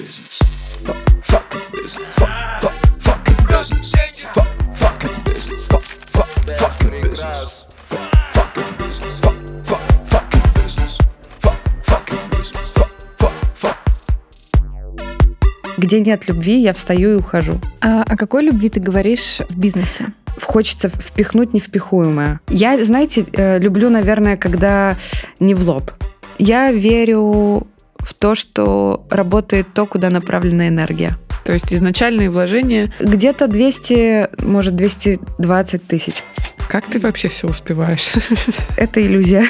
business. Fucking business. Fucking business. Fucking business. Fucking business. Fucking business. Fucking business. Fucking business. Где нет любви, я встаю и ухожу. А о какой любви ты говоришь в бизнесе? Хочется впихнуть невпихуемое. Я, знаете, люблю, наверное, когда не в лоб. Я верю в то, что работает то, куда направлена энергия. То есть изначальные вложения... Где-то 200, может, 220 тысяч. Как ты вообще все успеваешь? Это иллюзия.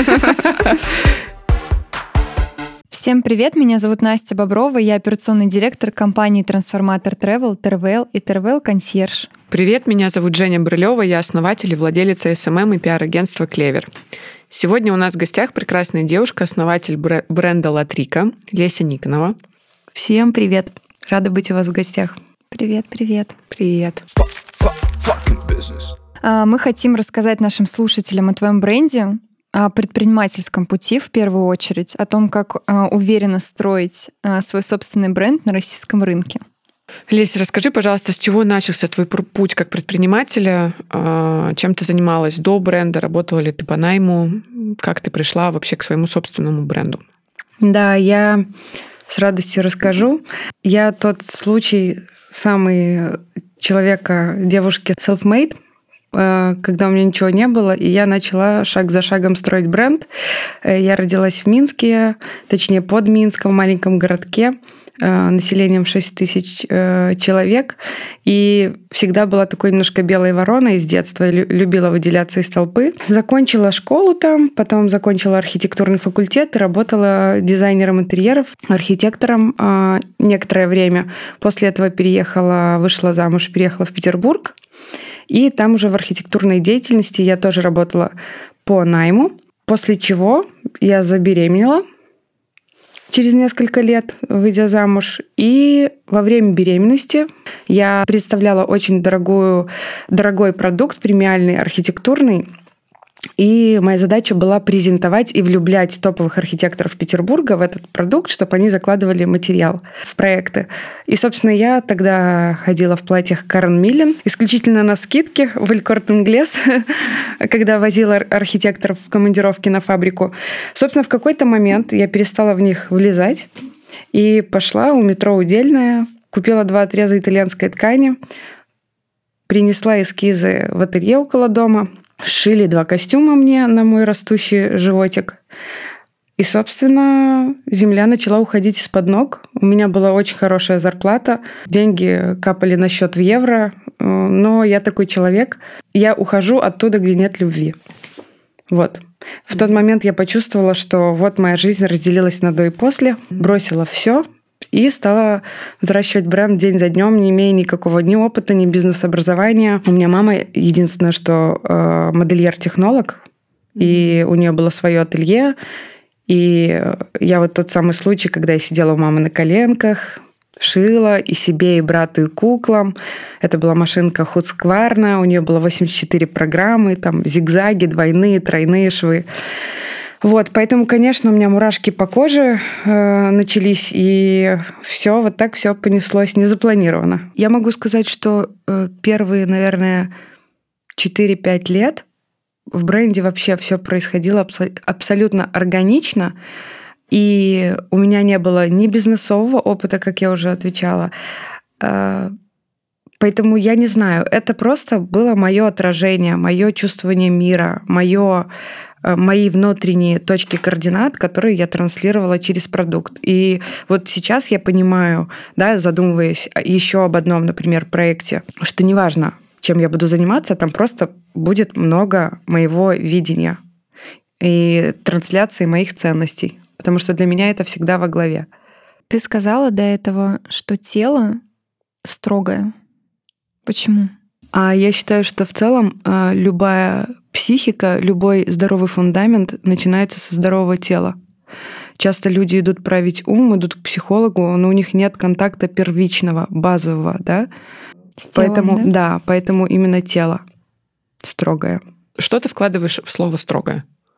Всем привет, меня зовут Настя Боброва, я операционный директор компании «Трансформатор Travel», ТРВЛ и ТРВЛ Консьерж. Привет, меня зовут Женя Брылева, я основатель и владелица СММ и пиар-агентства «Клевер». Сегодня у нас в гостях прекрасная девушка, основатель бренда «Латрика» Леся Никонова. Всем привет, рада быть у вас в гостях. Привет. Привет. Fucking business. Мы хотим рассказать нашим слушателям о твоем бренде, о предпринимательском пути в первую очередь, о том, как уверенно строить свой собственный бренд на российском рынке. Леся, расскажи, пожалуйста, с чего начался твой путь как предпринимателя? Чем ты занималась до бренда? Работала ли ты по найму? Как ты пришла вообще к своему собственному бренду? Да, я с радостью расскажу. Я тот случай самый человека, девушки self-made, когда у меня ничего не было, и я начала шаг за шагом строить бренд. Я родилась в Минске, точнее под Минском, в маленьком городке, населением 6 тысяч человек, и всегда была такой немножко белой вороной с детства, любила выделяться из толпы. Закончила школу там, потом закончила архитектурный факультет и работала дизайнером интерьеров, архитектором некоторое время. После этого вышла замуж, переехала в Петербург, и там уже в архитектурной деятельности я тоже работала по найму, после чего я забеременела через несколько лет, выйдя замуж. И во время беременности я представляла очень дорогой продукт, премиальный, архитектурный. И моя задача была презентовать и влюблять топовых архитекторов Петербурга в этот продукт, чтобы они закладывали материал в проекты. И, собственно, я тогда ходила в платьях Карен Милен, исключительно на скидке в Эль Корте Инглес, когда возила архитекторов в командировки на фабрику. Собственно, в какой-то момент я перестала в них влезать и пошла у метро Удельная, купила 2 отреза итальянской ткани, принесла эскизы в ателье около дома, сшили 2 костюма мне на мой растущий животик. И, собственно, земля начала уходить из-под ног. У меня была очень хорошая зарплата. Деньги капали на счет в евро. Но я такой человек. Я ухожу оттуда, где нет любви. Вот. В тот момент я почувствовала, что вот моя жизнь разделилась на до и после. Бросила все и стала взращивать бренд день за днем, не имея никакого ни опыта, ни бизнес-образования. У меня мама единственное, что модельер-технолог, и у нее было свое ателье. И я вот тот самый случай, когда я сидела у мамы на коленках, шила и себе, и брату, и куклам. Это была машинка Husqvarna, у нее было 84 программы, там зигзаги, двойные, тройные швы. Вот, поэтому, конечно, у меня мурашки по коже начались, и все вот так все понеслось незапланированно. Я могу сказать, что первые, наверное, 4-5 лет в бренде вообще все происходило абсолютно органично, и у меня не было ни бизнесового опыта, как я уже отвечала. Поэтому я не знаю, это просто было мое отражение, мое чувствование мира, мои внутренние точки координат, которые я транслировала через продукт. И вот сейчас я понимаю, да, задумываясь еще об одном, например, проекте, что неважно, чем я буду заниматься, там просто будет много моего видения и трансляции моих ценностей, потому что для меня это всегда во главе. Ты сказала до этого, что тело строгое. Почему? Я считаю, что в целом любая психика, любой здоровый фундамент начинается со здорового тела. Часто люди идут править ум, идут к психологу, но у них нет контакта первичного, базового, да? С телом, поэтому, да? Да, поэтому именно тело строгое. Что ты вкладываешь в слово «строгое»?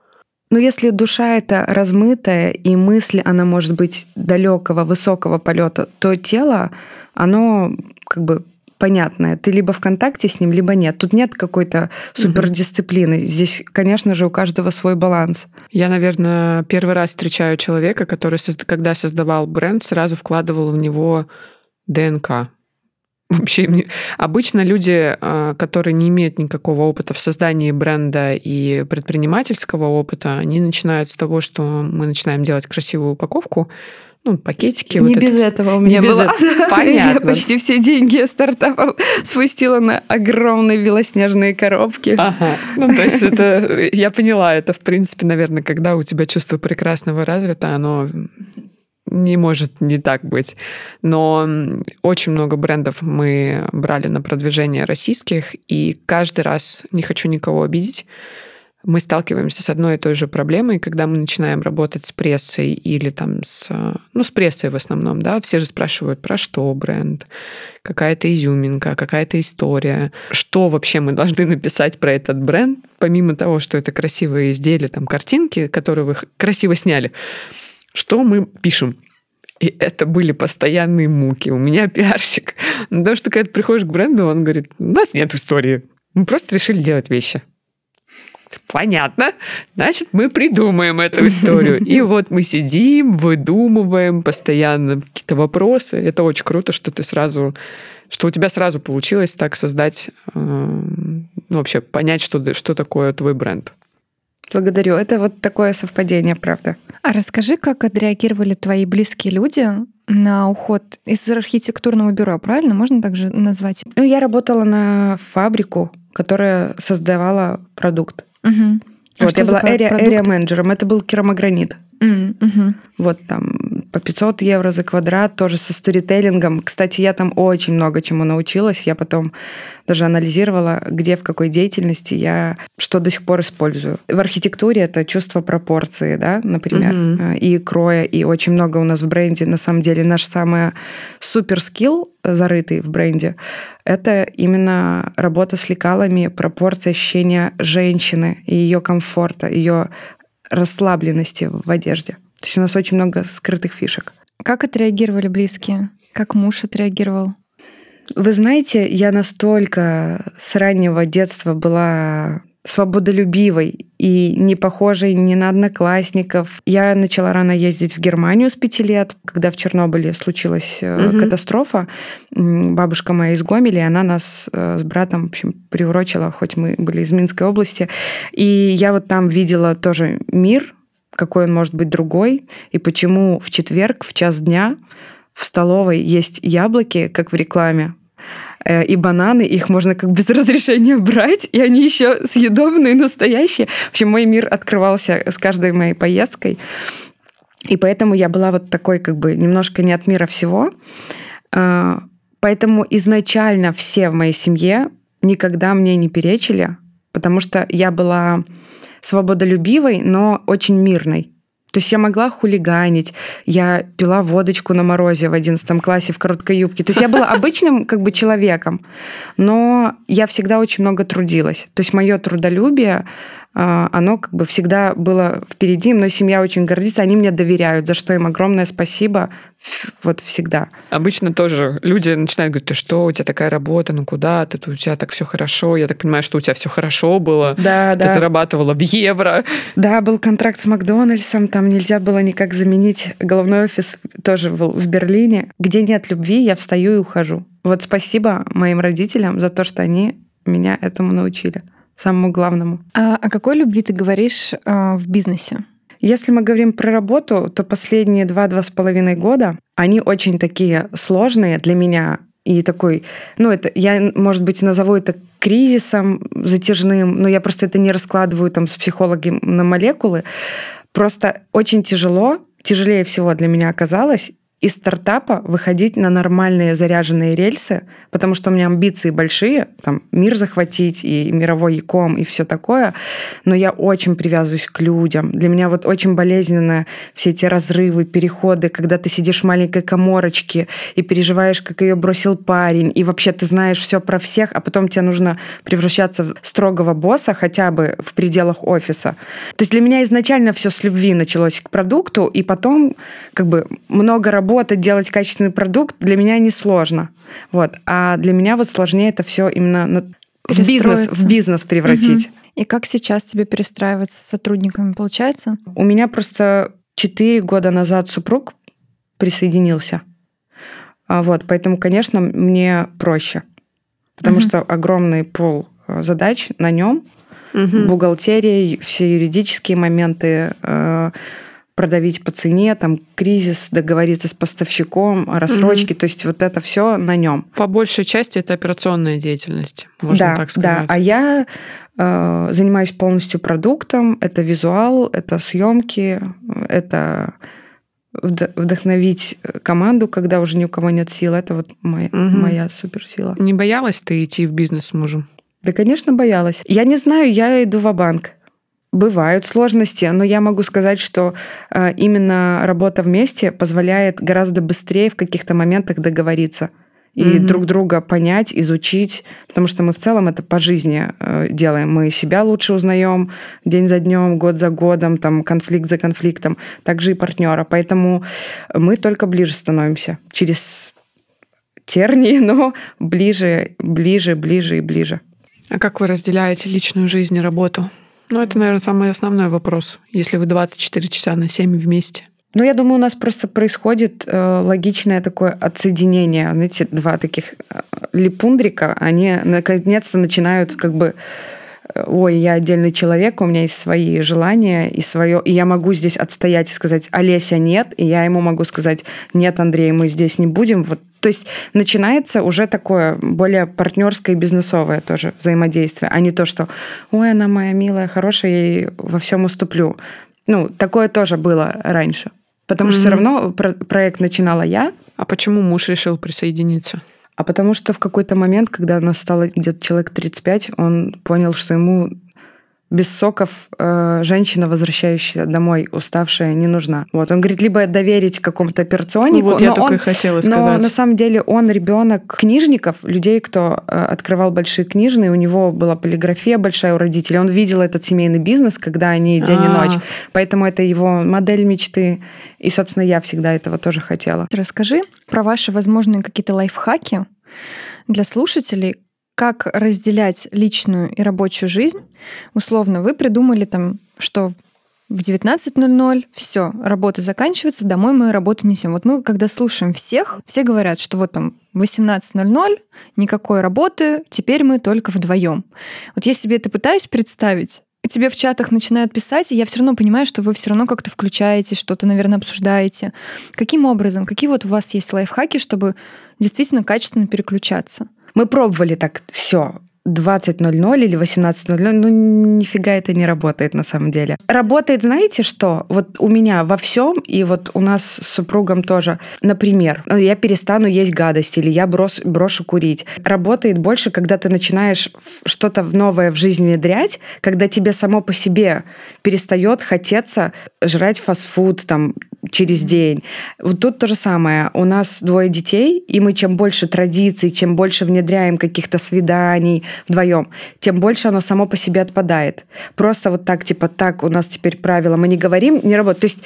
Но если душа это размытая, и мысль, она может быть далекого, высокого полета, то тело, оно как бы понятное. Ты либо в контакте с ним, либо нет. Тут нет какой-то супердисциплины. Здесь, конечно же, у каждого свой баланс. Я, наверное, первый раз встречаю человека, который, когда создавал бренд, сразу вкладывал в него ДНК. Вообще, обычно люди, которые не имеют никакого опыта в создании бренда и предпринимательского опыта, они начинают с того, что мы начинаем делать красивую упаковку, пакетики. Не без этого у меня было. Понятно. Я почти все деньги стартапов спустила на огромные белоснежные коробки. Ага. То есть это, я поняла, это, в принципе, наверное, когда у тебя чувство прекрасного развито, оно не может не так быть. Но очень много брендов мы брали на продвижение российских, и каждый раз, не хочу никого обидеть, мы сталкиваемся с одной и той же проблемой, когда мы начинаем работать с прессой или там с прессой в основном, да, все же спрашивают, про что бренд, какая-то изюминка, какая-то история, что вообще мы должны написать про этот бренд, помимо того, что это красивые изделия, там, картинки, которые вы красиво сняли, что мы пишем. И это были постоянные муки. У меня пиарщик. Потому что когда ты приходишь к бренду, он говорит, у нас нет истории. Мы просто решили делать вещи. Понятно. Значит, мы придумаем эту историю. И вот мы сидим, выдумываем постоянно какие-то вопросы. Это очень круто, что у тебя сразу получилось так создать, вообще понять, что такое твой бренд. Благодарю. Это вот такое совпадение, правда. А расскажи, как отреагировали твои близкие люди на уход из архитектурного бюро, правильно? Можно так же назвать? Я работала на фабрику, которая создавала продукт. Угу. Вот я была area-менеджером. Это был керамогранит. Угу. Вот там по 500 евро за квадрат, тоже со сторителлингом. Кстати, я там очень много чему научилась. Я потом даже анализировала, где, в какой деятельности я что до сих пор использую. В архитектуре это чувство пропорции, да, например, и кроя, и очень много у нас в бренде. На самом деле наш самый суперскилл, зарытый в бренде, это именно работа с лекалами, пропорция ощущения женщины и ее комфорта, ее расслабленности в одежде. То есть у нас очень много скрытых фишек. Как отреагировали близкие? Как муж отреагировал? Вы знаете, я настолько с раннего детства была свободолюбивой и не похожей ни на одноклассников. Я начала рано ездить в Германию с 5 лет, когда в Чернобыле случилась катастрофа. Бабушка моя из Гомеля, и она нас с братом, в общем, приурочила, хоть мы были из Минской области. И я вот там видела тоже мир, какой он может быть другой, и почему в четверг в час дня в столовой есть яблоки, как в рекламе, и бананы, их можно как без разрешения брать, и они еще съедобные, настоящие. В общем, мой мир открывался с каждой моей поездкой. И поэтому я была вот такой как бы немножко не от мира всего. Поэтому изначально все в моей семье никогда мне не перечили, потому что я была свободолюбивой, но очень мирной. То есть я могла хулиганить, я пила водочку на морозе в 11 классе в короткой юбке. То есть я была обычным как бы человеком, но я всегда очень много трудилась. То есть мое трудолюбие, оно как бы всегда было впереди, мной семья очень гордится, они мне доверяют, за что им огромное спасибо вот всегда. Обычно тоже люди начинают говорить, ты что, у тебя такая работа, ну куда ты, у тебя так все хорошо, я так понимаю, что у тебя все хорошо было, да, ты зарабатывала в евро. Да, был контракт с Макдональдсом, там нельзя было никак заменить, головной офис тоже был в Берлине. Где нет любви, я встаю и ухожу. Вот спасибо моим родителям за то, что они меня этому научили. Самому главному. А о какой любви ты говоришь в бизнесе? Если мы говорим про работу, то последние 2-2,5 года, они очень такие сложные для меня. И такой, это я, может быть, назову это кризисом затяжным, но я просто это не раскладываю там с психологом на молекулы. Просто очень тяжелее всего для меня оказалось из стартапа выходить на нормальные заряженные рельсы, потому что у меня амбиции большие, там, мир захватить, и мировой e-com, и все такое, но я очень привязываюсь к людям. Для меня вот очень болезненно все эти разрывы, переходы, когда ты сидишь в маленькой каморочке и переживаешь, как ее бросил парень, и вообще ты знаешь все про всех, а потом тебе нужно превращаться в строгого босса хотя бы в пределах офиса. То есть для меня изначально все с любви началось к продукту, и потом как бы много работать, делать качественный продукт для меня несложно. Вот. А для меня вот сложнее это все именно в бизнес превратить. Угу. И как сейчас тебе перестраиваться с сотрудниками, получается? У меня просто 4 года назад супруг присоединился. Вот. Поэтому, конечно, мне проще. Потому что огромный пул задач на нем, бухгалтерия, все юридические моменты, продавить по цене, там кризис, договориться с поставщиком, рассрочки, то есть вот это все на нем. По большей части это операционная деятельность, можно так сказать. Да, а я занимаюсь полностью продуктом, это визуал, это съемки, это вдохновить команду, когда уже ни у кого нет сил, это вот моя суперсила. Не боялась ты идти в бизнес с мужем? Да, конечно, боялась. Я не знаю, я иду ва-банк. Бывают сложности, но я могу сказать, что именно работа вместе позволяет гораздо быстрее в каких-то моментах договориться и друг друга понять, изучить, потому что мы в целом это по жизни делаем. Мы себя лучше узнаем день за днем, год за годом, там, конфликт за конфликтом, также и партнера. Поэтому мы только ближе становимся через тернии, но ближе и ближе. А как вы разделяете личную жизнь и работу? Ну, это, наверное, самый основной вопрос, если вы 24 часа на 7 вместе. Ну, я думаю, у нас просто происходит логичное такое отсоединение. Знаете, два таких липундрика, они наконец-то начинают как бы... Ой, я отдельный человек, у меня есть свои желания и свое... И я могу здесь отстоять и сказать: Олеся, нет. И я ему могу сказать: нет, Андрей, мы здесь не будем. Вот. То есть начинается уже такое более партнерское и бизнесовое тоже взаимодействие, а не то, что ой, она моя милая, хорошая, я ей во всем уступлю. Ну, такое тоже было раньше. Потому что все равно проект начинала я. А почему муж решил присоединиться? А потому что в какой-то момент, когда нас стало где-то человек 35, он понял, что ему без соков женщина, возвращающаяся домой уставшая, не нужна. Вот. Он говорит, либо доверить какому-то операционнику. Вот я только и хотела сказать. Но на самом деле он ребенок книжников, людей, кто открывал большие книжные, у него была полиграфия большая у родителей. Он видел этот семейный бизнес, когда они день и ночь. Поэтому это его модель мечты. И, собственно, я всегда этого тоже хотела. Расскажи про ваши возможные какие-то лайфхаки для слушателей, как разделять личную и рабочую жизнь. Условно, вы придумали там, что в 19:00 все, работа заканчивается, домой мы работу несем. Вот мы, когда слушаем всех, все говорят, что вот там 18:00, никакой работы, теперь мы только вдвоем. Вот я себе это пытаюсь представить. Тебе в чатах начинают писать, и я все равно понимаю, что вы все равно как-то включаетесь, что-то, наверное, обсуждаете. Каким образом? Какие вот у вас есть лайфхаки, чтобы действительно качественно переключаться? Мы пробовали так все. 20:00 или 18:00, ну нифига это не работает на самом деле. Работает, знаете что? Вот у меня во всем, и вот у нас с супругом тоже. Например, я перестану есть гадости, или я брошу курить. Работает больше, когда ты начинаешь что-то новое в жизнь внедрять, когда тебе само по себе перестает хотеться жрать фастфуд там через день. Вот тут то же самое. У нас 2 детей, и мы чем больше традиций, чем больше внедряем каких-то свиданий вдвоем, тем больше оно само по себе отпадает. Просто вот так, типа, так, у нас теперь правила, мы не говорим, не работает. То есть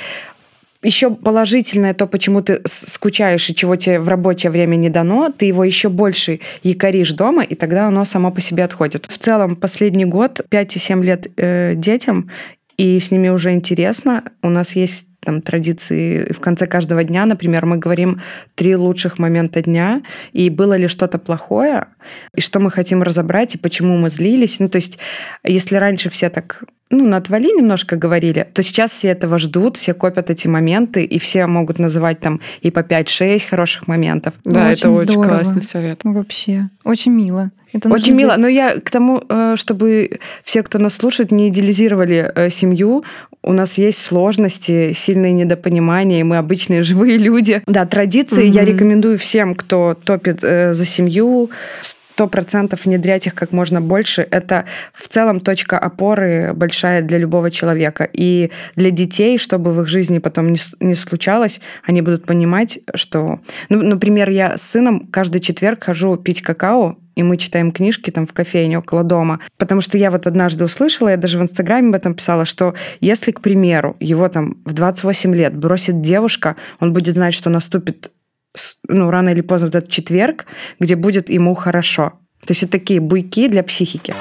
еще положительное то, почему ты скучаешь и чего тебе в рабочее время не дано, ты его еще больше якоришь дома, и тогда оно само по себе отходит. В целом, последний год, 5-7 лет детям, и с ними уже интересно. У нас есть там традиции в конце каждого дня, например, мы говорим 3 лучших момента дня, и было ли что-то плохое, и что мы хотим разобрать, и почему мы злились. Ну, то есть, если раньше все так, на отвали немножко говорили, то сейчас все этого ждут, все копят эти моменты, и все могут называть там и по 5-6 хороших моментов. Да, очень это очень здорово. классный совет. Вообще, очень мило. Это очень мило. Но я к тому, чтобы все, кто нас слушает, не идеализировали семью. у нас есть сложности, сильные недопонимания, и мы обычные живые люди. Да, традиции я рекомендую всем, кто топит за семью, 100% внедрять их как можно больше. Это в целом точка опоры большая для любого человека. И для детей, чтобы в их жизни потом не случалось, они будут понимать, что... Ну, например, я с сыном каждый четверг хожу пить какао, и мы читаем книжки там в кофейне около дома. Потому что я вот однажды услышала, я даже в Инстаграме об этом писала, что если, к примеру, его там в 28 лет бросит девушка, он будет знать, что наступит рано или поздно в этот четверг, где будет ему хорошо. То есть это такие буйки для психики.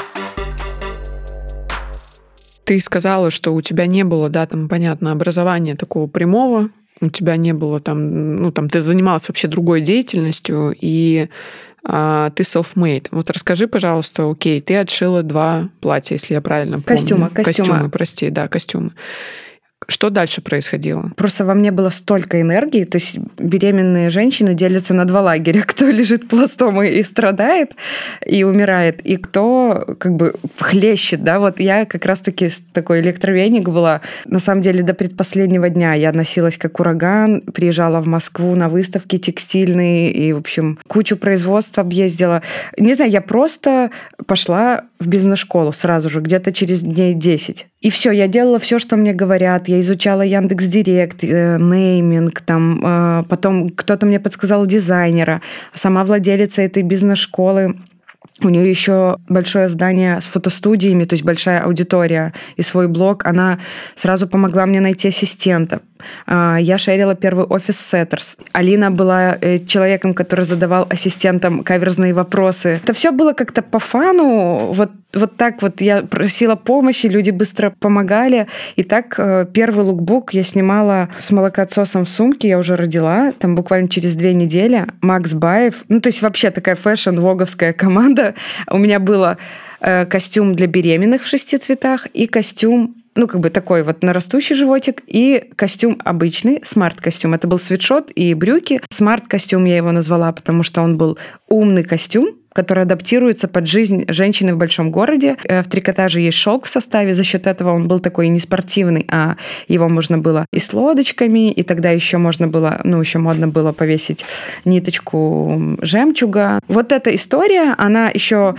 Ты сказала, что у тебя не было, да, там, понятно, образования такого прямого, у тебя не было там, ты занималась вообще другой деятельностью, и ты self-made. Вот расскажи, пожалуйста, окей, ты отшила 2 платья, если я правильно помню. Костюмы, прости, да, костюмы. Что дальше происходило? Просто во мне было столько энергии, то есть беременные женщины делятся на 2 лагеря. Кто лежит пластом и страдает, и умирает, и кто как бы хлещет, да, вот я как раз-таки такой электровеник была. На самом деле до предпоследнего дня я носилась как ураган, приезжала в Москву на выставки текстильные и, в общем, кучу производств объездила. Не знаю, я просто пошла в бизнес-школу сразу же, где-то через дней 10. И все, я делала все, что мне говорят. Я изучала Яндекс.Директ, нейминг, там, потом кто-то мне подсказал дизайнера. Сама владелица этой бизнес-школы, у нее еще большое здание с фотостудиями, то есть большая аудитория и свой блог. Она сразу помогла мне найти ассистента. Я шерила первый офис Setters. Алина была человеком, который задавал ассистентам каверзные вопросы. Это все было как-то по фану. Вот так вот я просила помощи, люди быстро помогали. И так первый лукбук я снимала с молокоотсосом в сумке, я уже родила, там буквально через 2 недели. Макс Баев, то есть вообще такая фэшн-воговская команда. У меня было костюм для беременных в 6 цветах и костюм такой вот на растущий животик, и костюм обычный, смарт-костюм. Это был свитшот и брюки. Смарт-костюм я его назвала, потому что он был умный костюм, который адаптируется под жизнь женщины в большом городе. В трикотаже есть шелк в составе, за счет этого он был такой не спортивный, а его можно было и с лодочками, и тогда еще можно было, еще модно было повесить ниточку жемчуга. Вот эта история, она еще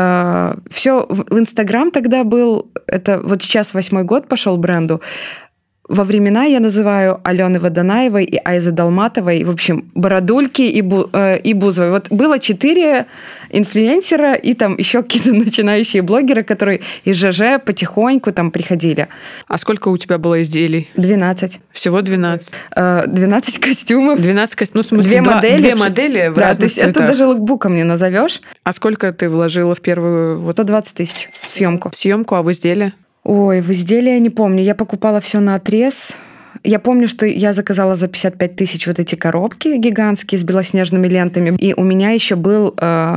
все в Инстаграм тогда был, это вот сейчас 8-й год пошел бренду. Во времена я называю Алены Водонаевой и Айзы Долматовой, в общем, Бородульки и Бузовой. Вот было 4 инфлюенсера и там еще какие-то начинающие блогеры, которые из ЖЖ потихоньку там приходили. А сколько у тебя было изделий? 12. Всего 12? 12 костюмов. 12 костюмов, ну, в смысле, 2 модели. 2 модели в да, разных то есть цветах. Это даже лукбуком не назовешь. А сколько ты вложила в первую... 120 тысяч в съемку. В съемку, а в изделие? Ой, в изделие я не помню. Я покупала все на отрез. Я помню, что я заказала за 55 тысяч вот эти коробки гигантские с белоснежными лентами. И у меня еще был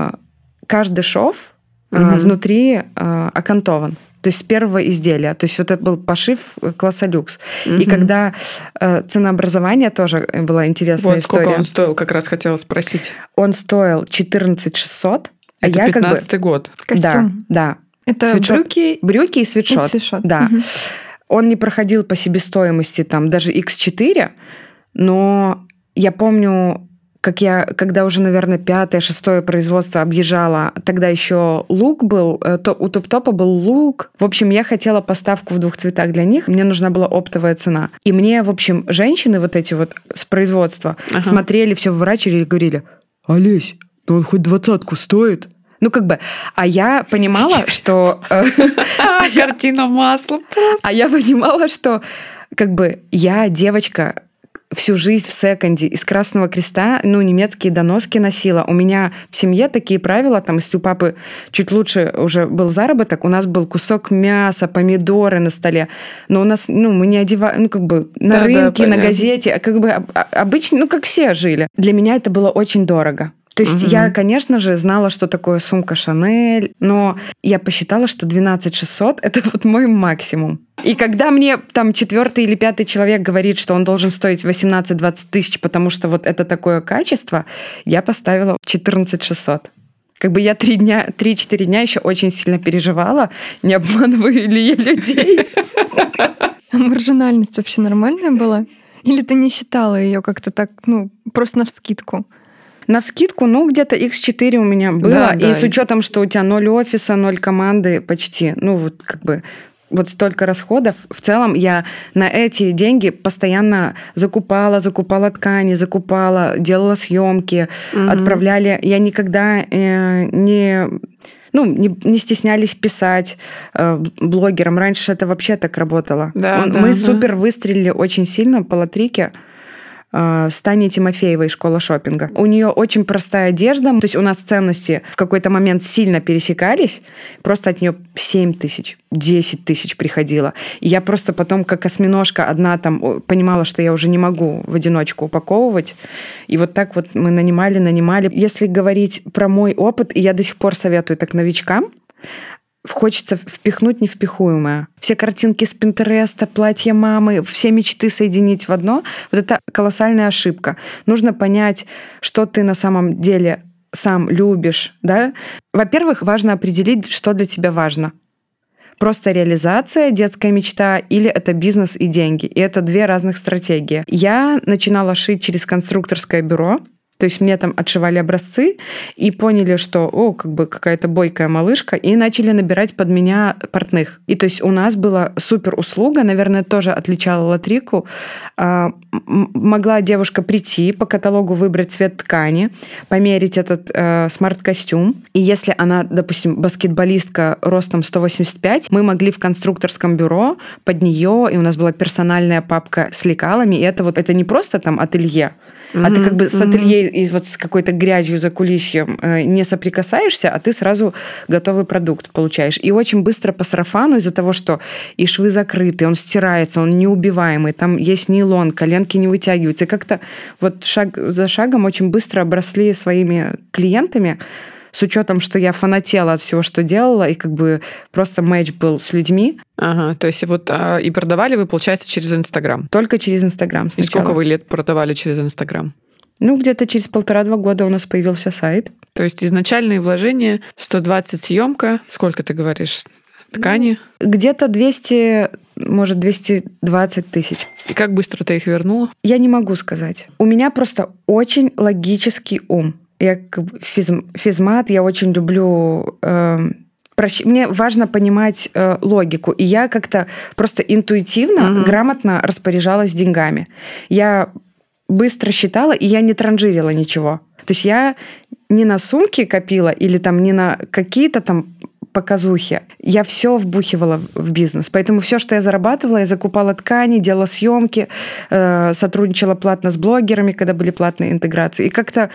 каждый шов внутри окантован. То есть с первого изделия. То есть вот это был пошив класса люкс. И когда ценообразование тоже была интересная история. Сколько он стоил, как раз хотела спросить. Он стоил 14 600. Это 15-й год. Костюм. Да. Это свитшот. брюки и свитшот. Да. Он не проходил по себестоимости там даже X4, но я помню, как я, когда уже, наверное, 5-6 производство объезжала, тогда еще лук был, у Топ-Топа был лук. В общем, я хотела поставку в 2 цветах для них, мне нужна была оптовая цена. И мне, в общем, женщины вот эти вот с производства смотрели, все выворачивали и говорили: «Олесь, ну он хоть 20-ку стоит?» А я понимала, что... Картина масла просто. А я понимала, что я девочка всю жизнь в секонде из Красного Креста, немецкие доноски носила. У меня в семье такие правила, там, если у папы чуть лучше уже был заработок, у нас был кусок мяса, помидоры на столе. Но у нас, мы не одеваем, на рынке, на газете, обычно, как все жили. Для меня это было очень дорого. То есть я, конечно же, знала, что такое сумка Шанель, но я посчитала, что 12 600 – это вот мой максимум. И когда мне там 4-й или 5-й человек говорит, что он должен стоить 18-20 тысяч, потому что вот это такое качество, я поставила 14 600. Я 3-4 дня еще очень сильно переживала, не обманываю ли я людей. А маржинальность вообще нормальная была? Или ты не считала ее как-то так, просто навскидку? Навскидку, где-то X4 у меня было. И с учетом, что у тебя 0 офиса, 0 команды почти, вот столько расходов. В целом я на эти деньги постоянно закупала ткани, делала съемки, отправляли. Я никогда не стеснялись писать блогерам. Раньше это вообще так работало. Мы супер выстрелили очень сильно по латрике с Таней Тимофеевой, школа шопинга. У нее очень простая одежда, то есть у нас ценности в какой-то момент сильно пересекались, просто от нее 7 тысяч, 10 тысяч приходило. И я просто потом, как осьминожка одна там, понимала, что я уже не могу в одиночку упаковывать. И вот так вот мы нанимали. Если говорить про мой опыт, и я до сих пор советую так новичкам, хочется впихнуть невпихуемое. Все картинки с Пинтереста, платья мамы, все мечты соединить в одно. Вот это колоссальная ошибка. Нужно понять, что ты на самом деле сам любишь. Да? Во-первых, важно определить, что для тебя важно. Просто реализация, детская мечта или это бизнес и деньги. И это две разных стратегии. Я начинала шить через конструкторское бюро. То есть мне там отшивали образцы и поняли, что какая-то бойкая малышка, и начали набирать под меня портных. И то есть у нас была супер услуга, наверное, тоже отличала латрику. Могла девушка прийти, по каталогу выбрать цвет ткани, померить этот смарт-костюм. И если она, допустим, баскетболистка ростом 185, мы могли в конструкторском бюро под нее, и у нас была персональная папка с лекалами, и это не просто там ателье, а ты как бы с ателье и вот с какой-то грязью за кулисьем не соприкасаешься, а ты сразу готовый продукт получаешь. И очень быстро по сарафану из-за того, что и швы закрыты, он стирается, он неубиваемый, там есть нейлон, коленки не вытягиваются. И как-то вот шаг за шагом очень быстро обросли своими клиентами, с учетом, что я фанатела от всего, что делала, и как бы просто матч был с людьми. Ага, то есть вот и продавали вы, получается, через Инстаграм? Только через Инстаграм сначала. И сколько вы лет продавали через Инстаграм? Где-то через 1,5-2 года у нас появился сайт. То есть изначальные вложения 120 съемка, сколько ты говоришь, ткани? Где-то 200, может, 220 тысяч. И как быстро ты их вернула? Я не могу сказать. У меня просто очень логический ум. Я физмат, я очень люблю... Мне важно понимать логику. И я как-то просто интуитивно, грамотно распоряжалась деньгами. Я быстро считала, и я не транжирила ничего. То есть я не на сумки копила или там не на какие-то там показухи. Я все вбухивала в бизнес. Поэтому все, что я зарабатывала, я закупала ткани, делала съемки, сотрудничала платно с блогерами, когда были платные интеграции. И как-то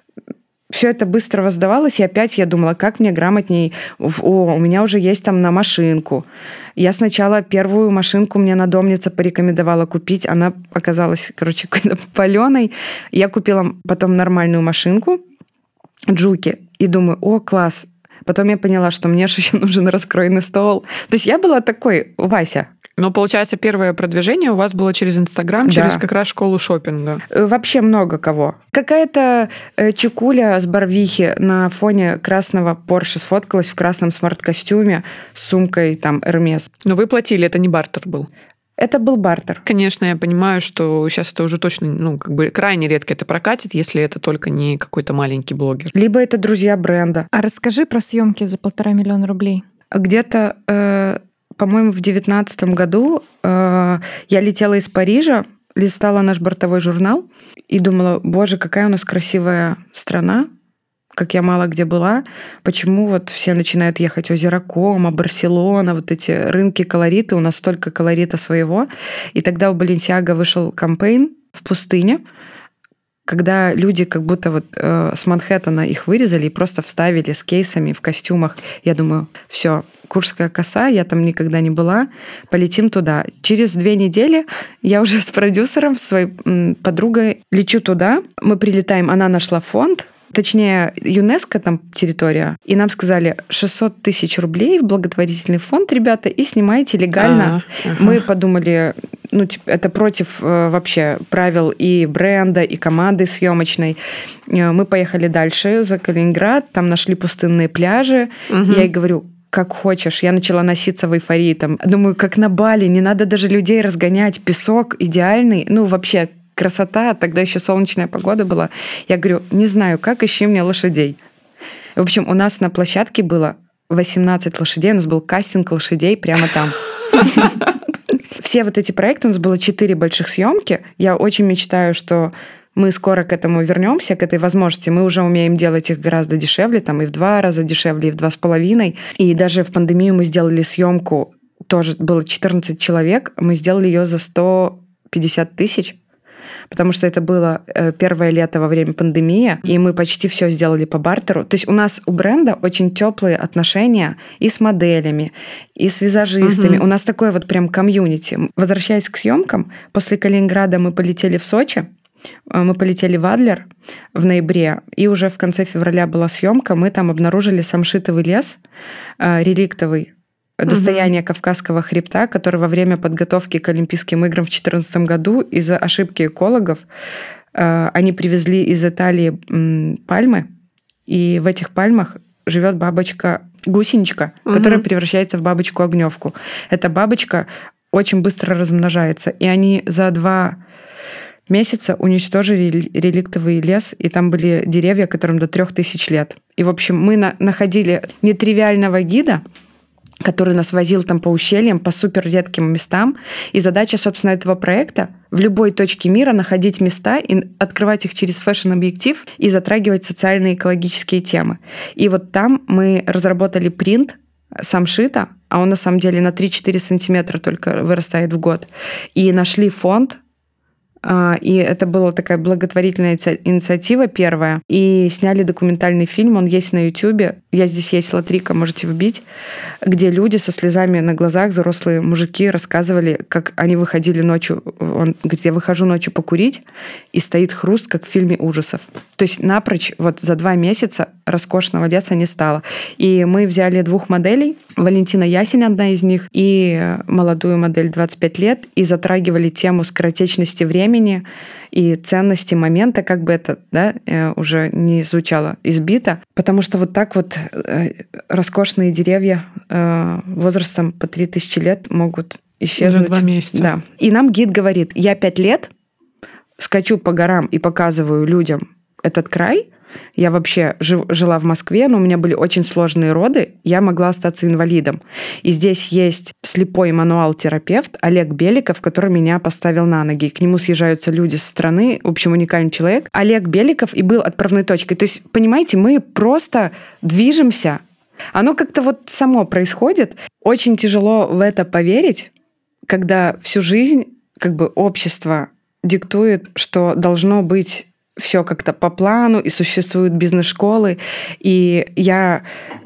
все это быстро воздавалось, и опять я думала, как мне грамотней... у меня уже есть там на машинку. Я сначала первую машинку мне надомница порекомендовала купить. Она оказалась, какой-то палёной. Я купила потом нормальную машинку, Джуки, и думаю, класс. Потом я поняла, что мне же еще нужен раскроенный стол. То есть я была такой, Вася. Но, получается, первое продвижение у вас было через Инстаграм, через как раз школу шопинга. Вообще много кого. Какая-то чекуля с Барвихи на фоне красного Порше сфоткалась в красном смарт-костюме с сумкой там Hermes. Но вы платили, это не бартер был? Это был бартер. Конечно, я понимаю, что сейчас это уже точно, крайне редко это прокатит, если это только не какой-то маленький блогер. Либо это друзья бренда. А расскажи про съемки за 1,5 миллиона рублей. Где-то... По-моему, в 2019 году я летела из Парижа, листала наш бортовой журнал и думала, боже, какая у нас красивая страна, как я мало где была, почему вот все начинают ехать озеро Кома, Барселона, вот эти рынки колорита, у нас столько колорита своего. И тогда у Balenciaga вышел кампейн в пустыне, когда люди как будто вот с Манхэттена их вырезали и просто вставили с кейсами в костюмах. Я думаю, все, Куршская коса, я там никогда не была, полетим туда. Через 2 недели я уже с продюсером, своей подругой лечу туда. Мы прилетаем, она нашла фонд, точнее, ЮНЕСКО там территория, и нам сказали 600 тысяч рублей в благотворительный фонд, ребята, и снимайте легально. Мы подумали, это против вообще правил и бренда, и команды съемочной. Мы поехали дальше за Калининград, там нашли пустынные пляжи. Я ей говорю, как хочешь. Я начала носиться в эйфории. Там, думаю, как на Бали, не надо даже людей разгонять. Песок идеальный. Ну, вообще, красота. Тогда еще солнечная погода была. Я говорю, не знаю, как, ищи мне лошадей. В общем, у нас на площадке было 18 лошадей. У нас был кастинг лошадей прямо там. Все вот эти проекты, у нас было 4 больших съемки. Я очень мечтаю, что мы скоро к этому вернемся, к этой возможности. Мы уже умеем делать их гораздо дешевле, там и в 2 раза дешевле, и в 2,5. И даже в пандемию мы сделали съемку, тоже было 14 человек, мы сделали ее за 150 тысяч, потому что это было первое лето во время пандемии, и мы почти все сделали по бартеру. То есть у нас у бренда очень теплые отношения и с моделями, и с визажистами. У нас такое вот прям комьюнити. Возвращаясь к съемкам, после Калининграда мы полетели в Сочи, мы полетели в Адлер в ноябре, и уже в конце февраля была съемка. Мы там обнаружили самшитовый лес, реликтовый, достояние Кавказского хребта, который во время подготовки к Олимпийским играм в 2014 году из-за ошибки экологов они привезли из Италии пальмы, и в этих пальмах живет бабочка-гусеничка, которая превращается в бабочку-огневку. Эта бабочка очень быстро размножается, и они за 2 месяца уничтожили реликтовый лес, и там были деревья, которым до 3000 лет. И, в общем, мы находили нетривиального гида, который нас возил там по ущельям, по супер редким местам. И задача, собственно, этого проекта в любой точке мира находить места и открывать их через фэшн-объектив и затрагивать социальные и экологические темы. И вот там мы разработали принт самшита, а он на самом деле на 3-4 сантиметра только вырастает в год. И нашли фонд, и это была такая благотворительная инициатива первая. И сняли документальный фильм, он есть на Ютубе. «Я здесь есть Латрика», можете вбить, где люди со слезами на глазах, взрослые мужики, рассказывали, как они выходили ночью. Он говорит, я выхожу ночью покурить, и стоит хруст, как в фильме ужасов. То есть напрочь вот за 2 месяца роскошного леса не стало. И мы взяли 2 моделей, Валентина Ясень, одна из них, и молодую модель 25 лет, и затрагивали тему скоротечности времени и ценности момента, как бы это уже не звучало избито, потому что вот так вот роскошные деревья возрастом по 3000 лет могут исчезнуть. За 2 месяца. Да. И нам гид говорит, я 5 лет скачу по горам и показываю людям этот край. Я вообще жила в Москве, но у меня были очень сложные роды, я могла остаться инвалидом. И здесь есть слепой мануал-терапевт Олег Беликов, который меня поставил на ноги. К нему съезжаются люди со страны, в общем, уникальный человек. Олег Беликов и был отправной точкой. То есть, понимаете, мы просто движемся. Оно как-то вот само происходит. Очень тяжело в это поверить, когда всю жизнь как бы общество диктует, что должно быть все как-то по плану, и существуют бизнес-школы. И я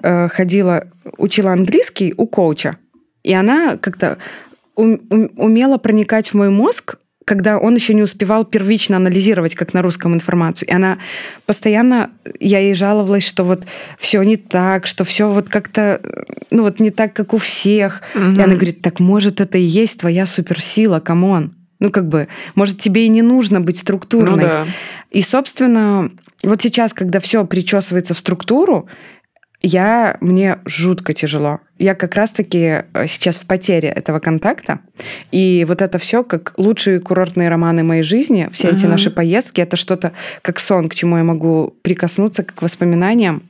учила английский у коуча, и она как-то умела проникать в мой мозг, когда он еще не успевал первично анализировать, как на русском, информацию. И она постоянно, я ей жаловалась, что вот все не так, что все вот как-то, вот не так, как у всех. Угу. И она говорит, так может это и есть твоя суперсила, камон. Может, тебе и не нужно быть структурной. Да. И, собственно, вот сейчас, когда все причесывается в структуру, мне жутко тяжело. Я как раз-таки сейчас в потере этого контакта. И вот это все как лучшие курортные романы моей жизни, все эти наши поездки, это что-то как сон, к чему я могу прикоснуться, как к воспоминаниям.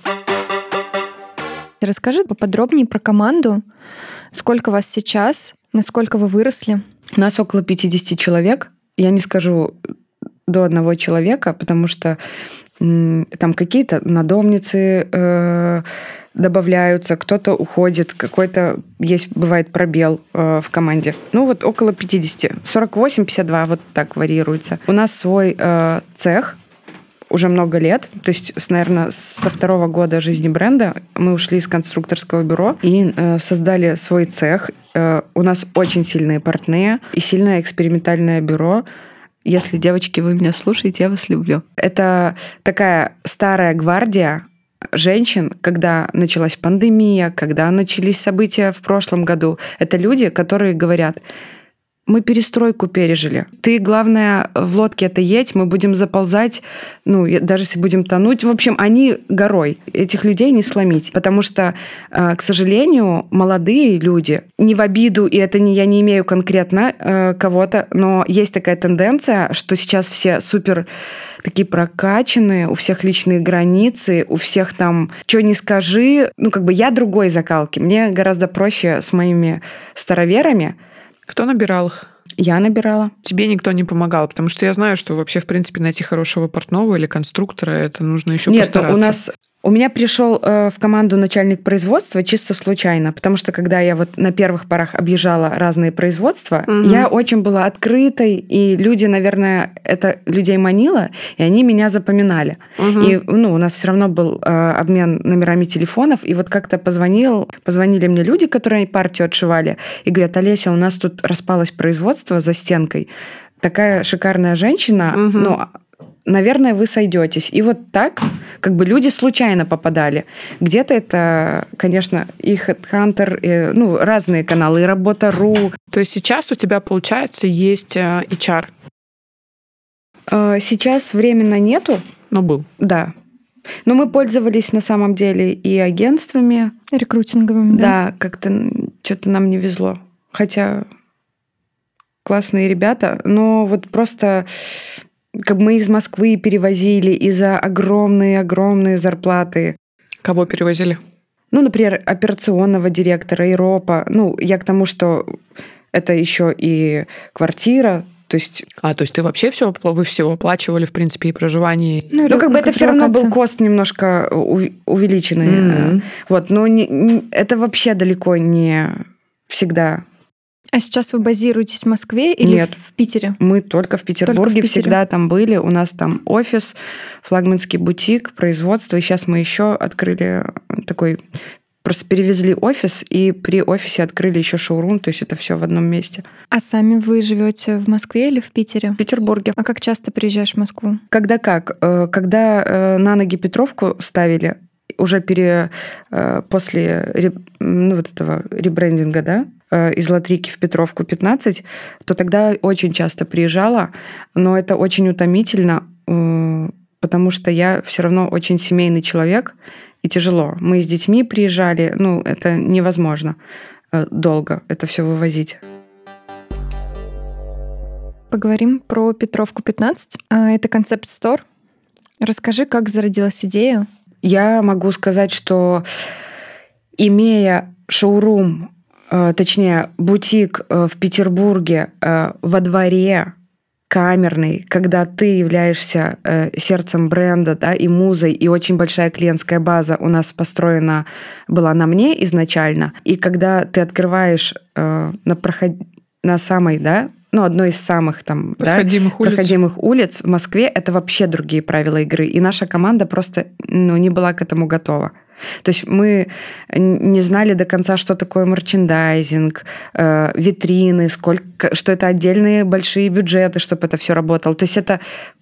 Расскажи поподробнее про команду. Сколько вас сейчас? Насколько вы выросли? У нас около 50 человек. Я не скажу до 1 человека, потому что там какие-то надомницы добавляются, кто-то уходит, какой-то бывает пробел в команде. Около 50. 48-52, вот так варьируется. У нас свой цех уже много лет. То есть, наверное, со 2 года жизни бренда мы ушли из конструкторского бюро и создали свой цех. У нас очень сильные портные и сильное экспериментальное бюро. Если, девочки, вы меня слушаете, я вас люблю. Это такая старая гвардия женщин, когда началась пандемия, когда начались события в прошлом году. Это люди, которые говорят, Мы перестройку пережили. Ты, главное, в лодке это едь, мы будем заползать, даже если будем тонуть. В общем, они горой. Этих людей не сломить. Потому что, к сожалению, молодые люди, не в обиду, и это я не имею конкретно кого-то, но есть такая тенденция, что сейчас все супер такие прокачанные, у всех личные границы, у всех там, что не скажи, я другой закалки. Мне гораздо проще с моими староверами. Кто набирал их? Я набирала. Тебе никто не помогал, потому что я знаю, что вообще, в принципе, найти хорошего портного или конструктора, это нужно еще постараться. У меня пришел в команду начальник производства чисто случайно, потому что когда я вот на первых порах объезжала разные производства, я очень была открытой, и люди, наверное, это людей манило, и они меня запоминали. И у нас все равно был обмен номерами телефонов, и вот как-то позвонили мне люди, которые партию отшивали, и говорят: Олеся, у нас тут распалось производство за стенкой, такая шикарная женщина, наверное, вы сойдетесь. И вот так люди случайно попадали. Где-то это, конечно, и HeadHunter, разные каналы, и Работа.ру. То есть сейчас у тебя, получается, есть HR? Сейчас временно нету. Но был. Да. Но мы пользовались на самом деле и агентствами. Рекрутинговыми, да? Да, как-то что-то нам не везло. Хотя классные ребята, но вот просто... мы из Москвы перевозили и за огромные зарплаты. Кого перевозили? Например, операционного директора, ИРОПа. Я к тому, что это еще и квартира. То есть ты вообще вы все оплачивали, в принципе, и проживание? Это все равно был кост немножко увеличенный. Вот, но это вообще далеко не всегда. А сейчас вы базируетесь в Москве или Нет, в Питере? Мы только в Петербурге, всегда там были. У нас там офис, флагманский бутик, производство. И сейчас мы еще открыли такой... Просто перевезли офис, и при офисе открыли еще шоурум. То есть это все в одном месте. А сами вы живете в Москве или в Питере? В Петербурге. А как часто приезжаешь в Москву? Когда как? Когда на ноги Петровку ставили, уже после этого ребрендинга, да, из Латрики в Петровку 15, то тогда очень часто приезжала, но это очень утомительно, потому что я все равно очень семейный человек, и тяжело. Мы с детьми приезжали, это невозможно долго это все вывозить. Поговорим про Петровку 15. Это концепт-стор. Расскажи, как зародилась идея? Я могу сказать, что имея шоурум, точнее, бутик в Петербурге во дворе камерный, когда ты являешься сердцем бренда, да, и музой, и очень большая клиентская база у нас построена была на мне изначально, и когда ты открываешь на самой, да, одной из самых там проходимых улиц в Москве, это вообще другие правила игры. И наша команда просто не была к этому готова. То есть мы не знали до конца, что такое мерчендайзинг, витрины, что это отдельные большие бюджеты, чтобы это все работало. То есть это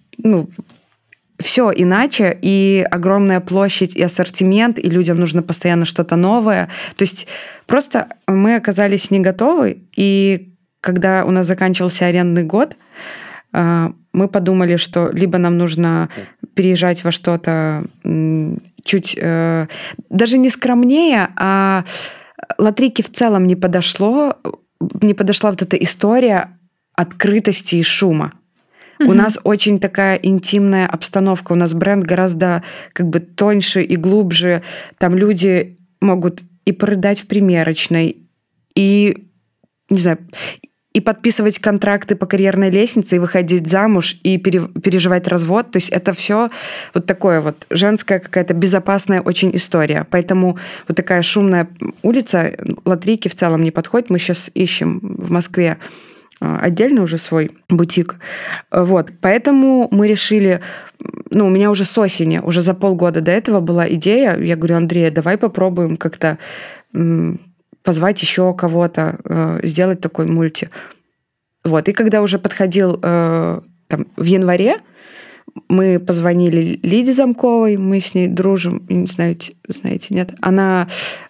все иначе, и огромная площадь, и ассортимент, и людям нужно постоянно что-то новое. То есть просто мы оказались не готовы, и когда у нас заканчивался арендный год, мы подумали, что либо нам нужно переезжать во что-то чуть даже не скромнее, а Латрике в целом не подошла вот эта история открытости и шума. У нас очень такая интимная обстановка, у нас бренд гораздо тоньше и глубже. Там люди могут и порыдать в примерочной, и, не знаю, и подписывать контракты по карьерной лестнице, и выходить замуж, и переживать развод. То есть это все вот такое вот женская какая-то безопасная очень история. Поэтому вот такая шумная улица Латрики в целом не подходит. Мы сейчас ищем в Москве отдельно уже свой бутик. Вот. Поэтому мы решили... у меня уже с осени, уже за полгода до этого была идея. Я говорю: Андрей, давай попробуем как-то... позвать еще кого-то, сделать такой мульти. Вот. И когда уже подходил в январе, Мы позвонили Лиде Замковой, мы с ней дружим, не знаю, знаете, нет? Она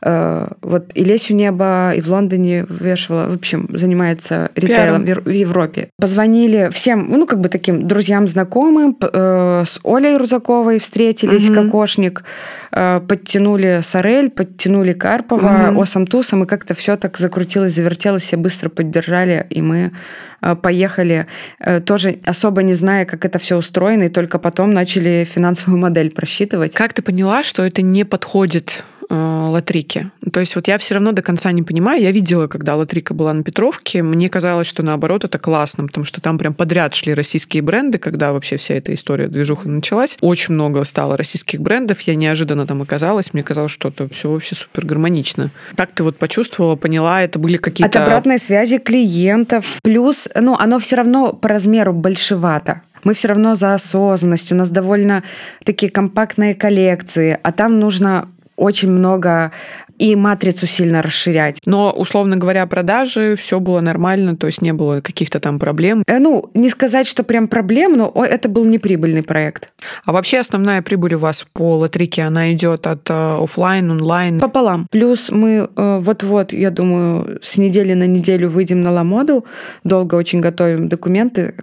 вот и «Лезь у неба», и в Лондоне вешала, в общем, занимается ритейлом в Европе. Позвонили всем, ну, как бы таким друзьям, знакомым, с Олей Рузаковой встретились, кокошник, подтянули Сорель, подтянули Карпова, Осам-Тусам, и как-то все так закрутилось, завертелось, все быстро поддержали, и мы поехали, тоже особо не зная, как это все устроено, и только потом начали финансовую модель просчитывать. Как ты поняла, что это не подходит Латрике? То есть вот я все равно до конца не понимаю. Я видела, когда Латрика была на Петровке, мне казалось, что наоборот это классно, потому что там прям подряд шли российские бренды, когда вообще вся эта история движуха началась. Очень много стало российских брендов, я неожиданно там оказалась, мне казалось, что это все вообще супер гармонично. Как ты вот почувствовала, поняла, это были какие-то... От обратной связи клиентов, плюс, ну, оно все равно по размеру большевато. Мы все равно за осознанность, у нас довольно такие компактные коллекции, а там нужно очень много и матрицу сильно расширять. Но, условно говоря, продажи, все было нормально, то есть не было каких-то там проблем. Ну, не сказать, что прям проблем, но это был неприбыльный проект. А вообще основная прибыль у вас по Латрике, она идет от офлайн, онлайн? Пополам. Плюс мы вот-вот, я думаю, с недели на неделю выйдем на Ламоду, долго очень готовим документы,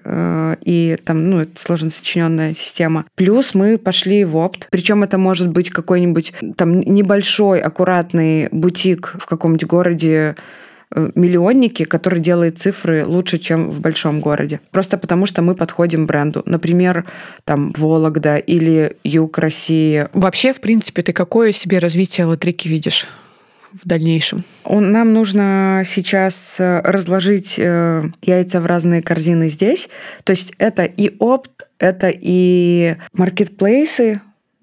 и там, ну, это сложно сочиненная система. Плюс мы пошли в опт, причем это может быть какой-нибудь там небольшой, аккуратный бутик в каком-нибудь городе, миллионники, который делает цифры лучше, чем в большом городе. Просто потому, что мы подходим бренду. Например, там Вологда или Юг России. Вообще, в принципе, ты какое себе развитие Латрики видишь в дальнейшем? Нам нужно сейчас разложить яйца в разные корзины здесь. То есть это и опт, это и маркетплейсы,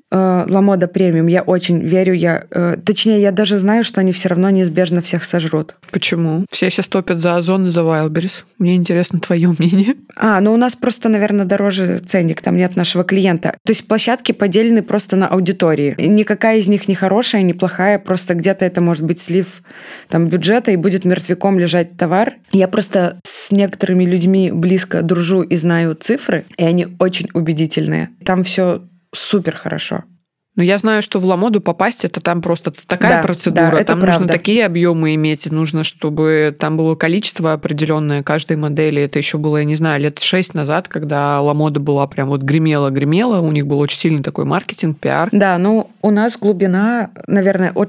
Ламода премиум. Я очень верю. Точнее, я даже знаю, что они все равно неизбежно всех сожрут. Почему? Все сейчас топят за Озон и за Wildberries. Мне интересно твое мнение. Ну у нас просто, наверное, дороже ценник. Там нет нашего клиента. То есть площадки поделены просто на аудитории. Никакая из них не хорошая, не плохая. Просто где-то это может быть слив там бюджета, и будет мертвяком лежать товар. Я просто с некоторыми людьми близко дружу и знаю цифры, и они очень убедительные. Там все супер хорошо. Но я знаю, что в Ламоду попасть, это там просто такая процедура. Да, там нужно такие объемы иметь. Нужно, чтобы там было количество определенное каждой модели. Это еще было, я не знаю, лет 6 назад, когда Ламода была прям вот гремела. У них был очень сильный такой маркетинг, пиар. Да, ну у нас глубина, наверное, от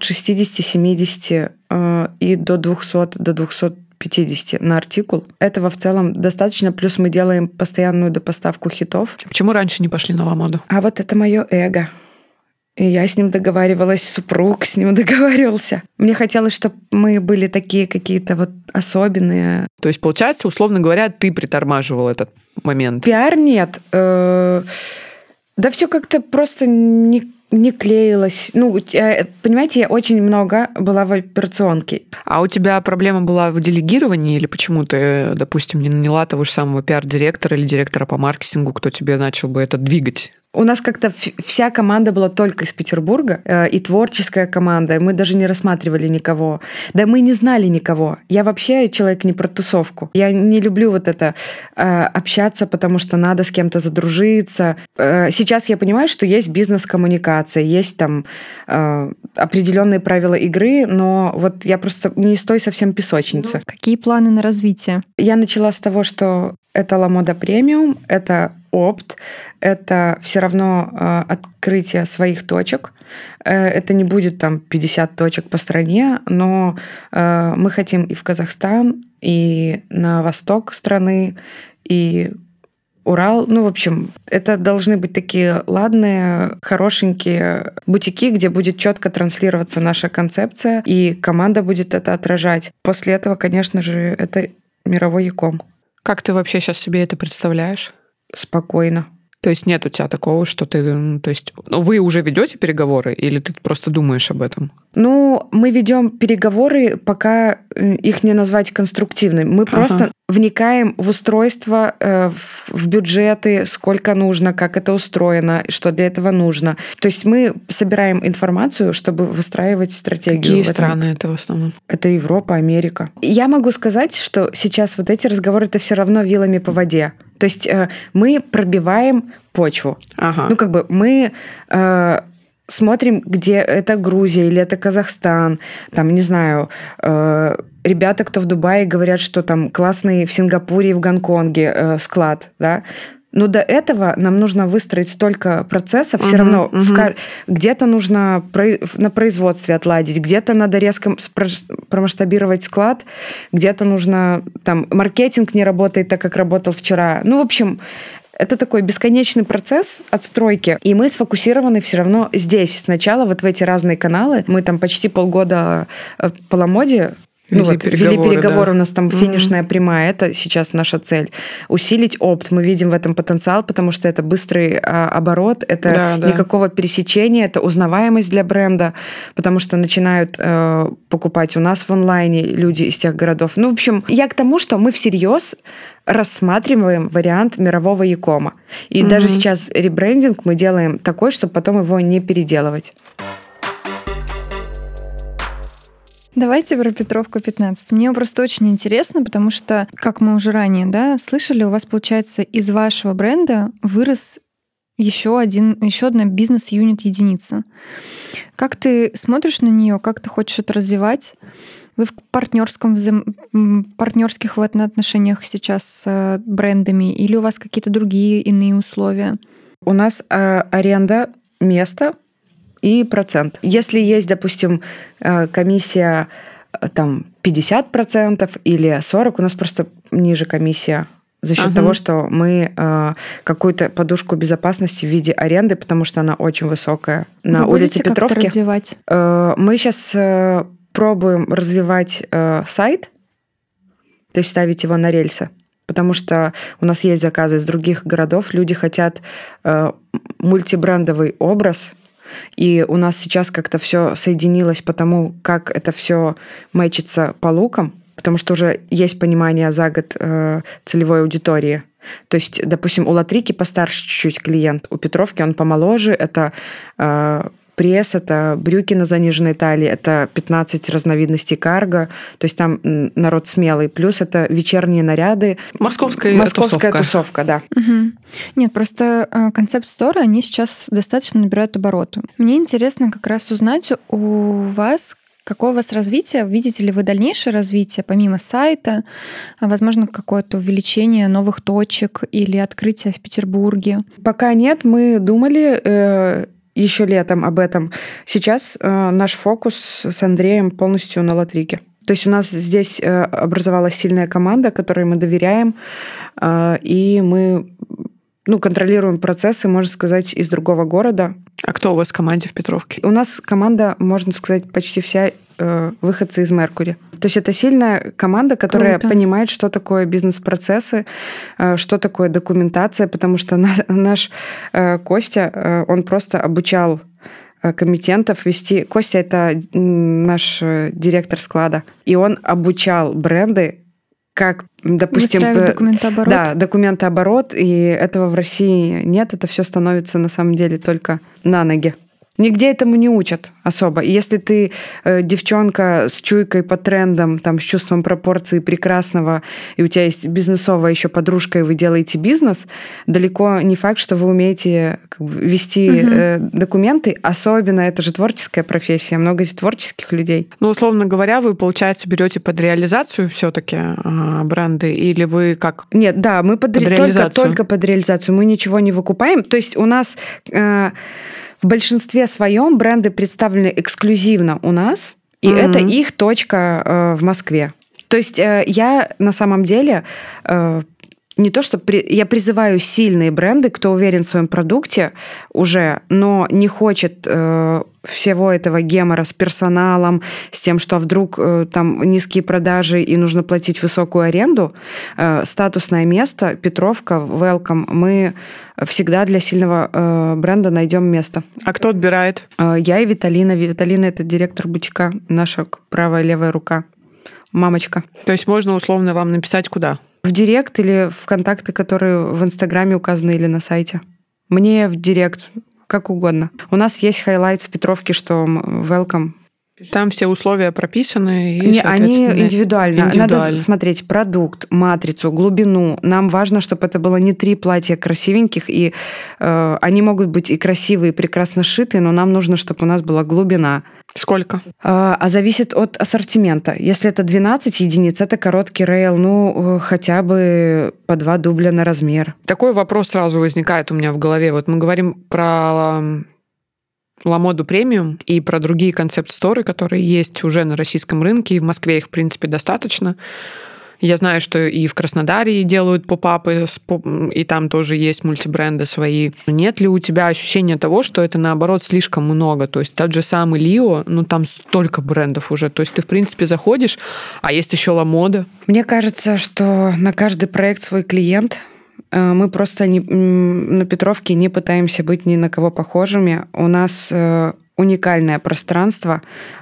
60-70 и до 200, до 250 на артикул. Этого в целом достаточно. Плюс мы делаем постоянную допоставку хитов. Почему раньше не пошли на Ламоду? А вот это мое эго. И я с ним договаривалась, супруг с ним договаривался. Мне хотелось, чтобы мы были такие какие-то вот особенные. То есть, получается, условно говоря, ты притормаживал этот момент? Пиар нет. Да все как-то просто не клеилось. Ну, понимаете, я очень много была в операционке. А у тебя проблема была в делегировании или почему ты, допустим, не наняла того же самого пиар-директора или директора по маркетингу, кто тебе начал бы это двигать? У нас как-то вся команда была только из Петербурга, и творческая команда, и мы даже не рассматривали никого. Да мы не знали никого. Я вообще человек не про тусовку. Я не люблю вот это общаться, потому что надо с кем-то задружиться. Сейчас я понимаю, что есть бизнес-коммуникация, есть там определенные правила игры, но вот я просто не из той совсем песочницы. Какие планы на развитие? Я начала с того, что это Ламода премиум, это опт, это все равно открытие своих точек. Это не будет там 50 точек по стране, но мы хотим и в Казахстан, и на восток страны, и Урал. Ну, в общем, это должны быть такие ладные, хорошенькие бутики, где будет четко транслироваться наша концепция, и команда будет это отражать. После этого, конечно же, это мировой e-com. Как ты вообще сейчас себе это представляешь? Спокойно. То есть нет у тебя такого, что ты... То есть вы уже ведете переговоры или ты просто думаешь об этом? Ну, мы ведем переговоры, пока их не назвать конструктивными. Мы просто вникаем в устройство, в бюджеты, сколько нужно, как это устроено, что для этого нужно. То есть мы собираем информацию, чтобы выстраивать стратегию. Какие страны это в основном? Это Европа, Америка. Я могу сказать, что сейчас вот эти разговоры, это все равно вилами по воде. То есть мы пробиваем почву. Ага. Ну, как бы мы смотрим, где это Грузия или это Казахстан, там, не знаю, ребята, кто в Дубае, говорят, что там классный в Сингапуре и в Гонконге склад, да. Но до этого нам нужно выстроить столько процессов, все равно где-то нужно на производстве отладить, где-то надо резко промасштабировать склад, где-то нужно, там, маркетинг не работает так, как работал вчера. Ну, в общем, это такой бесконечный процесс отстройки, и мы сфокусированы все равно здесь. Сначала вот в эти разные каналы. Мы там почти полгода по Ламоде вели переговоры, да. У нас там финишная прямая. Это сейчас наша цель. Усилить опт. Мы видим в этом потенциал, потому что это быстрый оборот, это никакого пересечения, это узнаваемость для бренда, потому что начинают покупать у нас в онлайне люди из тех городов. Ну, в общем, я к тому, что мы всерьез рассматриваем вариант мирового e-кома. И даже сейчас ребрендинг мы делаем такой, чтобы потом его не переделывать. Давайте про Петровку 15. Мне просто очень интересно, потому что, как мы уже ранее слышали, у вас, получается, из вашего бренда вырос еще одна бизнес-юнит единица. Как ты смотришь на нее, как ты хочешь это развивать? Вы в партнерских отношениях сейчас с брендами или у вас какие-то другие иные условия? У нас аренда места и процент. Если есть, допустим, комиссия там 50% или 40%, у нас просто ниже комиссия за счет того, что мы какую-то подушку безопасности в виде аренды, потому что она очень высокая. На улице Петровки. Как-то развивать? Мы сейчас пробуем развивать сайт, то есть ставить его на рельсы, потому что у нас есть заказы из других городов, люди хотят мультибрендовый образ, и у нас сейчас как-то все соединилось по тому, как это все мэчится по лукам, потому что уже есть понимание за год целевой аудитории. То есть, допустим, у Латрики постарше чуть-чуть клиент, у Петровки он помоложе, это пресс, это брюки на заниженной талии, это 15 разновидностей карго, то есть там народ смелый. Плюс это вечерние наряды. Московская тусовка, да. Угу. Нет, просто концепт-сторы, они сейчас достаточно набирают обороты. Мне интересно как раз узнать у вас, какое у вас развитие? Видите ли вы дальнейшее развитие, помимо сайта, возможно, какое-то увеличение новых точек или открытие в Петербурге? Пока нет, мы думали еще летом об этом. Сейчас наш фокус с Андреем полностью на Латрике. То есть у нас здесь образовалась сильная команда, которой мы доверяем, и мы контролируем процессы, можно сказать, из другого города. А кто у вас в команде в Петровке? У нас команда, можно сказать, почти вся выходцы из Меркури. То есть это сильная команда, которая понимает, что такое бизнес-процессы, что такое документация, потому что наш Костя, он просто обучал коммитентов вести... Костя — это наш директор склада, и он обучал бренды, как, допустим... документооборот. Да, документооборот, и этого в России нет, это все становится на самом деле только на ноги. Нигде этому не учат особо. И если ты девчонка с чуйкой по трендам, там, с чувством пропорции прекрасного, и у тебя есть бизнесовая еще подружка, и вы делаете бизнес, далеко не факт, что вы умеете вести документы. Особенно это же творческая профессия, много здесь творческих людей. Ну, условно говоря, вы, получается, берете под реализацию все-таки бренды, или вы как? Нет, да, мы только под реализацию. Мы ничего не выкупаем. То есть у нас... В большинстве своем бренды представлены эксклюзивно у нас, и это их точка в Москве. То есть я на самом деле не то, что я призываю сильные бренды, кто уверен в своем продукте уже, но не хочет всего этого гемора с персоналом, с тем, что вдруг там низкие продажи и нужно платить высокую аренду. Статусное место, Петровка, welcome. Мы всегда для сильного бренда найдем место. А кто отбирает? Я и Виталина. Виталина — это директор бутика, наша правая и левая рука. Мамочка. То есть можно условно вам написать куда? В директ или в контакты, которые в Инстаграме указаны или на сайте. Мне в директ, как угодно. У нас есть хайлайт в Петровке, что welcome. Там все условия прописаны. И, не, они индивидуально. Надо индивидуально. смотреть продукт, матрицу, глубину. Нам важно, чтобы это было не 3 платья красивеньких, и они могут быть и красивые, и прекрасно сшитые, но нам нужно, чтобы у нас была глубина. Сколько? А зависит от ассортимента. Если это 12 единиц, это короткий рейл, хотя бы по 2 дубля на размер. Такой вопрос сразу возникает у меня в голове. Вот мы говорим про Ламоду премиум и про другие концепт-сторы, которые есть уже на российском рынке, и в Москве их, в принципе, достаточно. Я знаю, что и в Краснодаре делают поп-апы, и там тоже есть мультибренды свои. Нет ли у тебя ощущения того, что это, наоборот, слишком много? То есть тот же самый Лио, там столько брендов уже. То есть ты, в принципе, заходишь, а есть еще Ламода. Мне кажется, что на каждый проект свой клиент. Мы просто на Петровке не пытаемся быть ни на кого похожими. У нас уникальное пространство.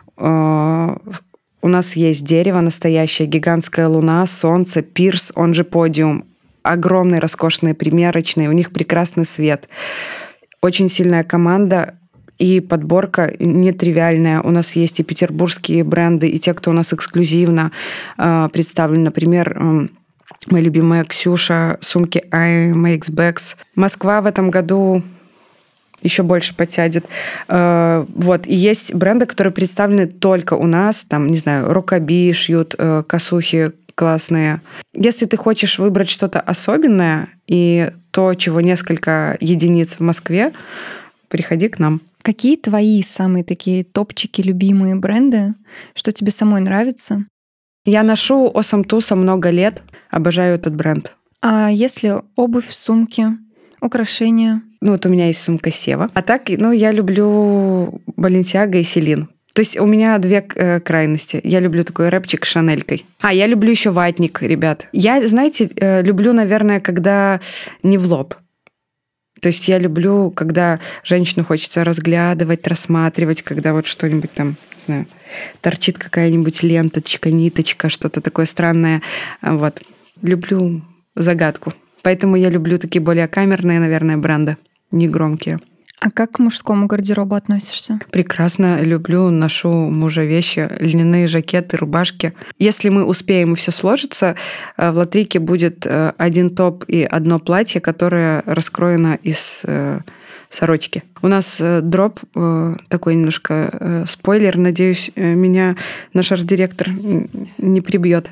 У нас есть дерево настоящее, гигантская луна, солнце, пирс, он же подиум. Огромные, роскошные примерочные, у них прекрасный свет. Очень сильная команда и подборка нетривиальная. У нас есть и петербургские бренды, и те, кто у нас эксклюзивно представлен. Например, моя любимая Ксюша, сумки I Makes Bags. Москва в этом году еще больше подсядет. Вот. И есть бренды, которые представлены только у нас. Там, не знаю, рукаби шьют, косухи классные. Если ты хочешь выбрать что-то особенное и то, чего несколько единиц в Москве, приходи к нам. Какие твои самые такие топчики, любимые бренды? Что тебе самой нравится? Я ношу Awesome Tusa много лет. Обожаю этот бренд. А если обувь, сумки, украшения? Вот у меня есть сумка Сева. А так, я люблю Balenciaga и Celine. То есть у меня 2 крайности. Я люблю такой рэпчик с шанелькой. Я люблю еще ватник, ребят. Я, знаете, люблю, наверное, когда не в лоб. То есть я люблю, когда женщину хочется разглядывать, рассматривать, когда вот что-нибудь там, не знаю, торчит какая-нибудь ленточка, ниточка, что-то такое странное. Вот. Люблю загадку. Поэтому я люблю такие более камерные, наверное, бренды, не громкие. А как к мужскому гардеробу относишься? Прекрасно люблю, ношу мужа вещи, льняные жакеты, рубашки. Если мы успеем и все сложится, в лотрейке будет 1 топ и 1 платье, которое раскроено из сорочки. У нас дроп, такой немножко спойлер, надеюсь, меня наш арт-директор не прибьет.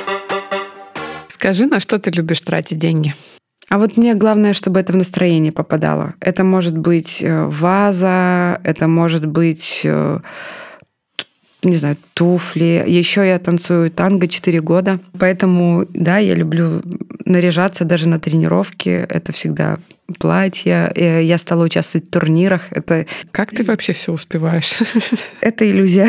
Скажи, на что ты любишь тратить деньги? А вот мне главное, чтобы это в настроение попадало. Это может быть ваза, это может быть, не знаю, туфли. Еще я танцую танго 4 года. Поэтому, да, я люблю наряжаться даже на тренировке. Это всегда платье. Я стала участвовать в турнирах. Как ты вообще все успеваешь? Это иллюзия.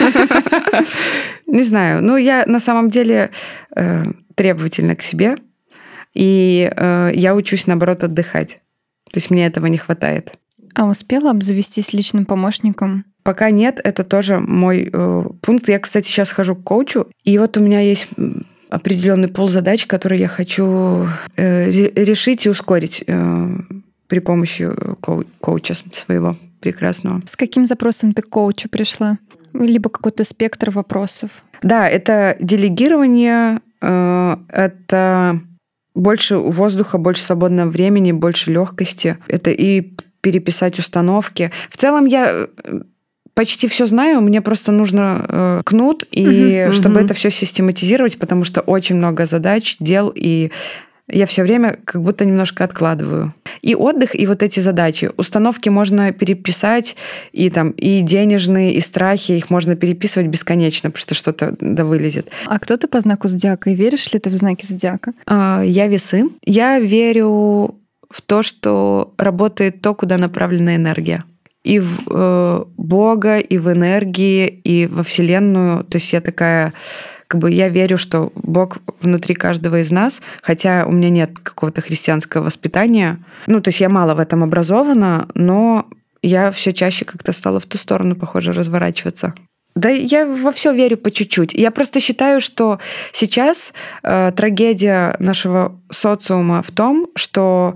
Не знаю. Я на самом деле требовательна к себе. И я учусь, наоборот, отдыхать. То есть мне этого не хватает. А успела обзавестись личным помощником? Пока нет, это тоже мой пункт. Я, кстати, сейчас хожу к коучу, и вот у меня есть определенный пул задач, которые я хочу решить и ускорить при помощи коуча своего прекрасного. С каким запросом ты к коучу пришла? Либо какой-то спектр вопросов? Да, это делегирование, это больше воздуха, больше свободного времени, больше легкости. Это и переписать установки. В целом я почти все знаю, мне просто нужно кнут, и чтобы это все систематизировать, потому что очень много задач, дел, и я все время как будто немножко откладываю. И отдых, и вот эти задачи. Установки можно переписать, и денежные, и страхи, их можно переписывать бесконечно, потому что что-то вылезет. А кто ты по знаку зодиака? И веришь ли ты в знаки зодиака? Я весы. Я верю в то, что работает то, куда направлена энергия. И в Бога, и в энергии, и во Вселенную. То есть я такая... я верю, что Бог внутри каждого из нас, хотя у меня нет какого-то христианского воспитания. То есть я мало в этом образована, но я все чаще как-то стала в ту сторону, похоже, разворачиваться. Да я во все верю по чуть-чуть. Я просто считаю, что сейчас трагедия нашего социума в том, что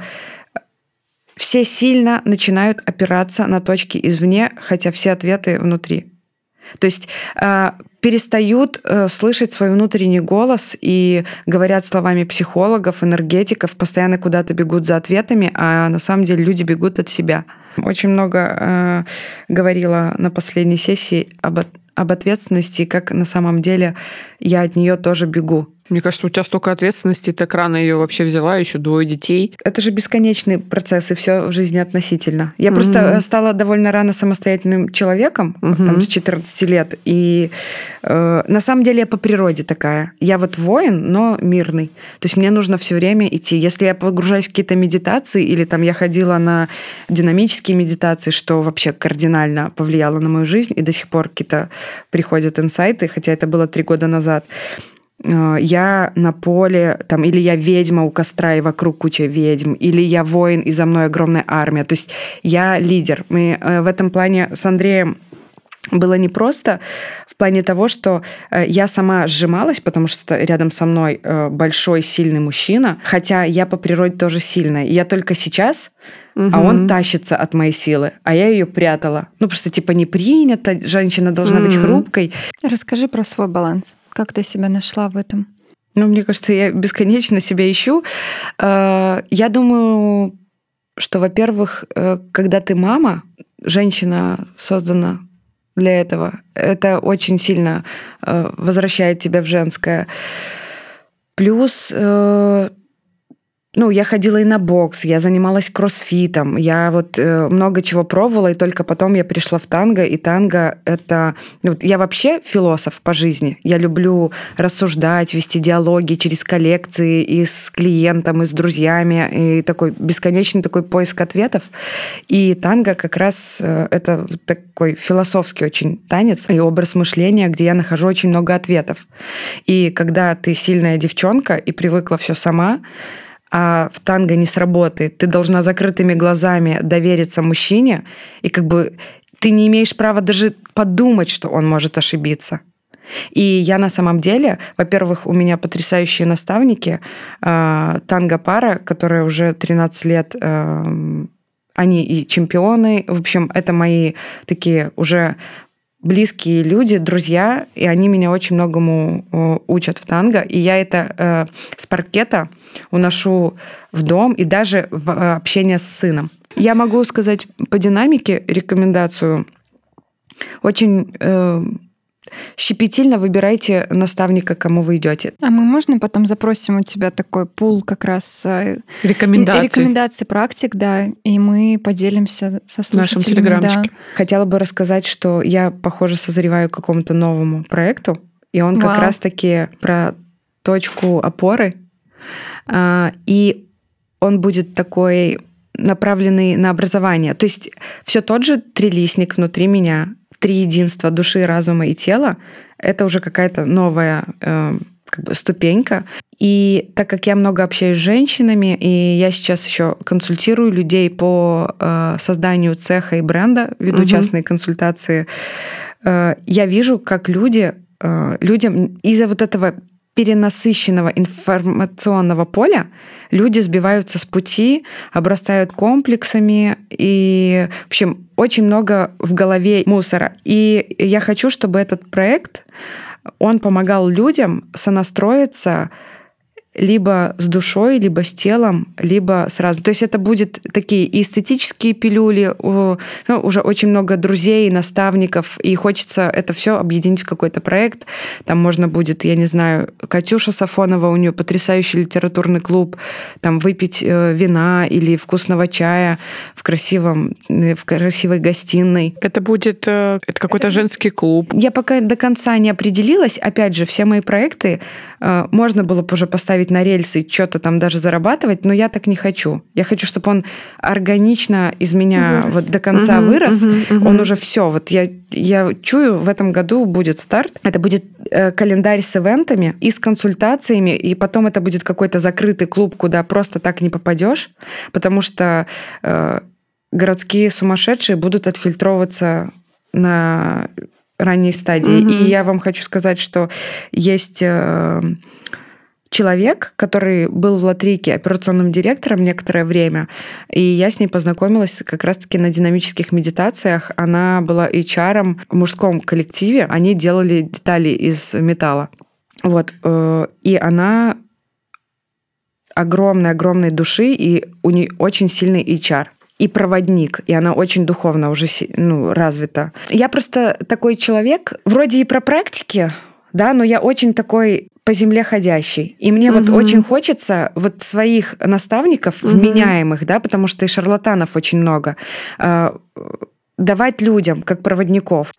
все сильно начинают опираться на точки извне, хотя все ответы внутри. То есть перестают слышать свой внутренний голос и говорят словами психологов, энергетиков, постоянно куда-то бегут за ответами, а на самом деле люди бегут от себя. Очень много говорила на последней сессии об ответственности, как на самом деле я от нее тоже бегу. Мне кажется, у тебя столько ответственности, ты так рано ее вообще взяла, еще 2 детей. Это же бесконечный процесс, и все в жизни относительно. Я просто стала довольно рано самостоятельным человеком, там, с 14 лет, и на самом деле я по природе такая. Я вот воин, но мирный. То есть мне нужно все время идти. Если я погружаюсь в какие-то медитации, или там я ходила на динамические медитации, что вообще кардинально повлияло на мою жизнь, и до сих пор какие-то приходят инсайты, хотя это было 3 года назад, я на поле, там, или я ведьма у костра, и вокруг куча ведьм, или я воин, и за мной огромная армия. То есть я лидер. Мы в этом плане с Андреем было непросто в плане того, что я сама сжималась, потому что рядом со мной большой, сильный мужчина, хотя я по природе тоже сильная. Я только сейчас, а он тащится от моей силы, а я ее прятала. Ну, просто типа не принято, женщина должна быть хрупкой. Расскажи про свой баланс. Как ты себя нашла в этом? Ну, мне кажется, я бесконечно себя ищу. Я думаю, что, во-первых, когда ты мама, женщина создана для этого. Это очень сильно возвращает тебя в женское. Плюс, я ходила и на бокс, я занималась кроссфитом, я вот много чего пробовала, и только потом я пришла в танго, и танго — это... я вообще философ по жизни. Я люблю рассуждать, вести диалоги через коллекции и с клиентом, и с друзьями, и такой бесконечный такой поиск ответов. И танго как раз это такой философский очень танец и образ мышления, где я нахожу очень много ответов. И когда ты сильная девчонка и привыкла все сама, а в танго не сработает. Ты должна закрытыми глазами довериться мужчине, и как бы ты не имеешь права даже подумать, что он может ошибиться. И я на самом деле, во-первых, у меня потрясающие наставники, танго-пара, которая уже 13 лет, они и чемпионы. В общем, это мои такие уже близкие люди, друзья, и они меня очень многому учат в танго. И я это с паркета уношу в дом и даже в общение с сыном. Я могу сказать по динамике рекомендацию. Очень щепетильно выбирайте наставника, к кому вы идете. А мы можно потом запросим у тебя такой пул как раз рекомендаций, практик, да, и мы поделимся со слушателями. В нашем телеграмчике. Да. Хотела бы рассказать, что я, похоже, созреваю к какому-то новому проекту, и он как раз-таки про точку опоры, и он будет такой направленный на образование. То есть все тот же трилистник внутри меня, 3 единства души, разума и тела — это уже какая-то новая ступенька. И так как я много общаюсь с женщинами, и я сейчас еще консультирую людей по созданию цеха и бренда, веду частные консультации, я вижу, как людям из-за вот этого перенасыщенного информационного поля люди сбиваются с пути, обрастают комплексами, и, в общем, очень много в голове мусора. И я хочу, чтобы этот проект, он помогал людям сонастроиться либо с душой, либо с телом, либо с разумом. То есть это будут такие и эстетические пилюли, уже очень много друзей, наставников, и хочется это все объединить в какой-то проект. Там можно будет, я не знаю, Катюша Сафонова, у нее потрясающий литературный клуб, там выпить вина или вкусного чая в красивой гостиной. Это будет какой-то женский клуб. Я пока до конца не определилась. Опять же, все мои проекты можно было бы уже поставить на рельсы и что-то там даже зарабатывать, но я так не хочу. Я хочу, чтобы он органично из меня вот до конца вырос. Он уже все. Вот я чую, в этом году будет старт. Это будет календарь с ивентами и с консультациями, и потом это будет какой-то закрытый клуб, куда просто так не попадешь, потому что городские сумасшедшие будут отфильтровываться на ранней стадии. И я вам хочу сказать, что есть человек, который был в Латрике операционным директором некоторое время, и я с ней познакомилась как раз-таки на динамических медитациях. Она была HR в мужском коллективе, они делали детали из металла. Вот. И она огромной души, и у нее очень сильный HR. И проводник, и она очень духовно уже развита. Я просто такой человек, вроде и про практики, да, но я очень такой по земле ходящий. И мне вот очень хочется вот своих наставников, вменяемых, да, потому что и шарлатанов очень много, давать людям как проводников.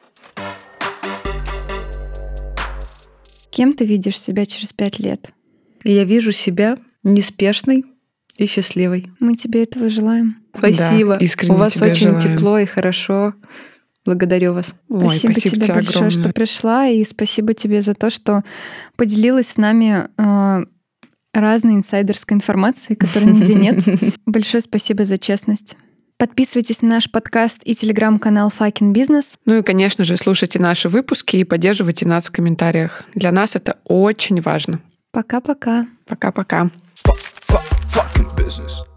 Кем ты видишь себя через 5 лет? Я вижу себя неспешной и счастливой. Мы тебе этого желаем. Спасибо. Да, искренне у вас тебе очень желаем. Тепло и хорошо. Благодарю вас. Спасибо тебе большое, что пришла, и спасибо тебе за то, что поделилась с нами разной инсайдерской информацией, которой нигде нет. Большое спасибо за честность. Подписывайтесь на наш подкаст и телеграм-канал Fucking Business. Ну и, конечно же, слушайте наши выпуски и поддерживайте нас в комментариях. Для нас это очень важно. Пока-пока. Пока-пока. Fucking business.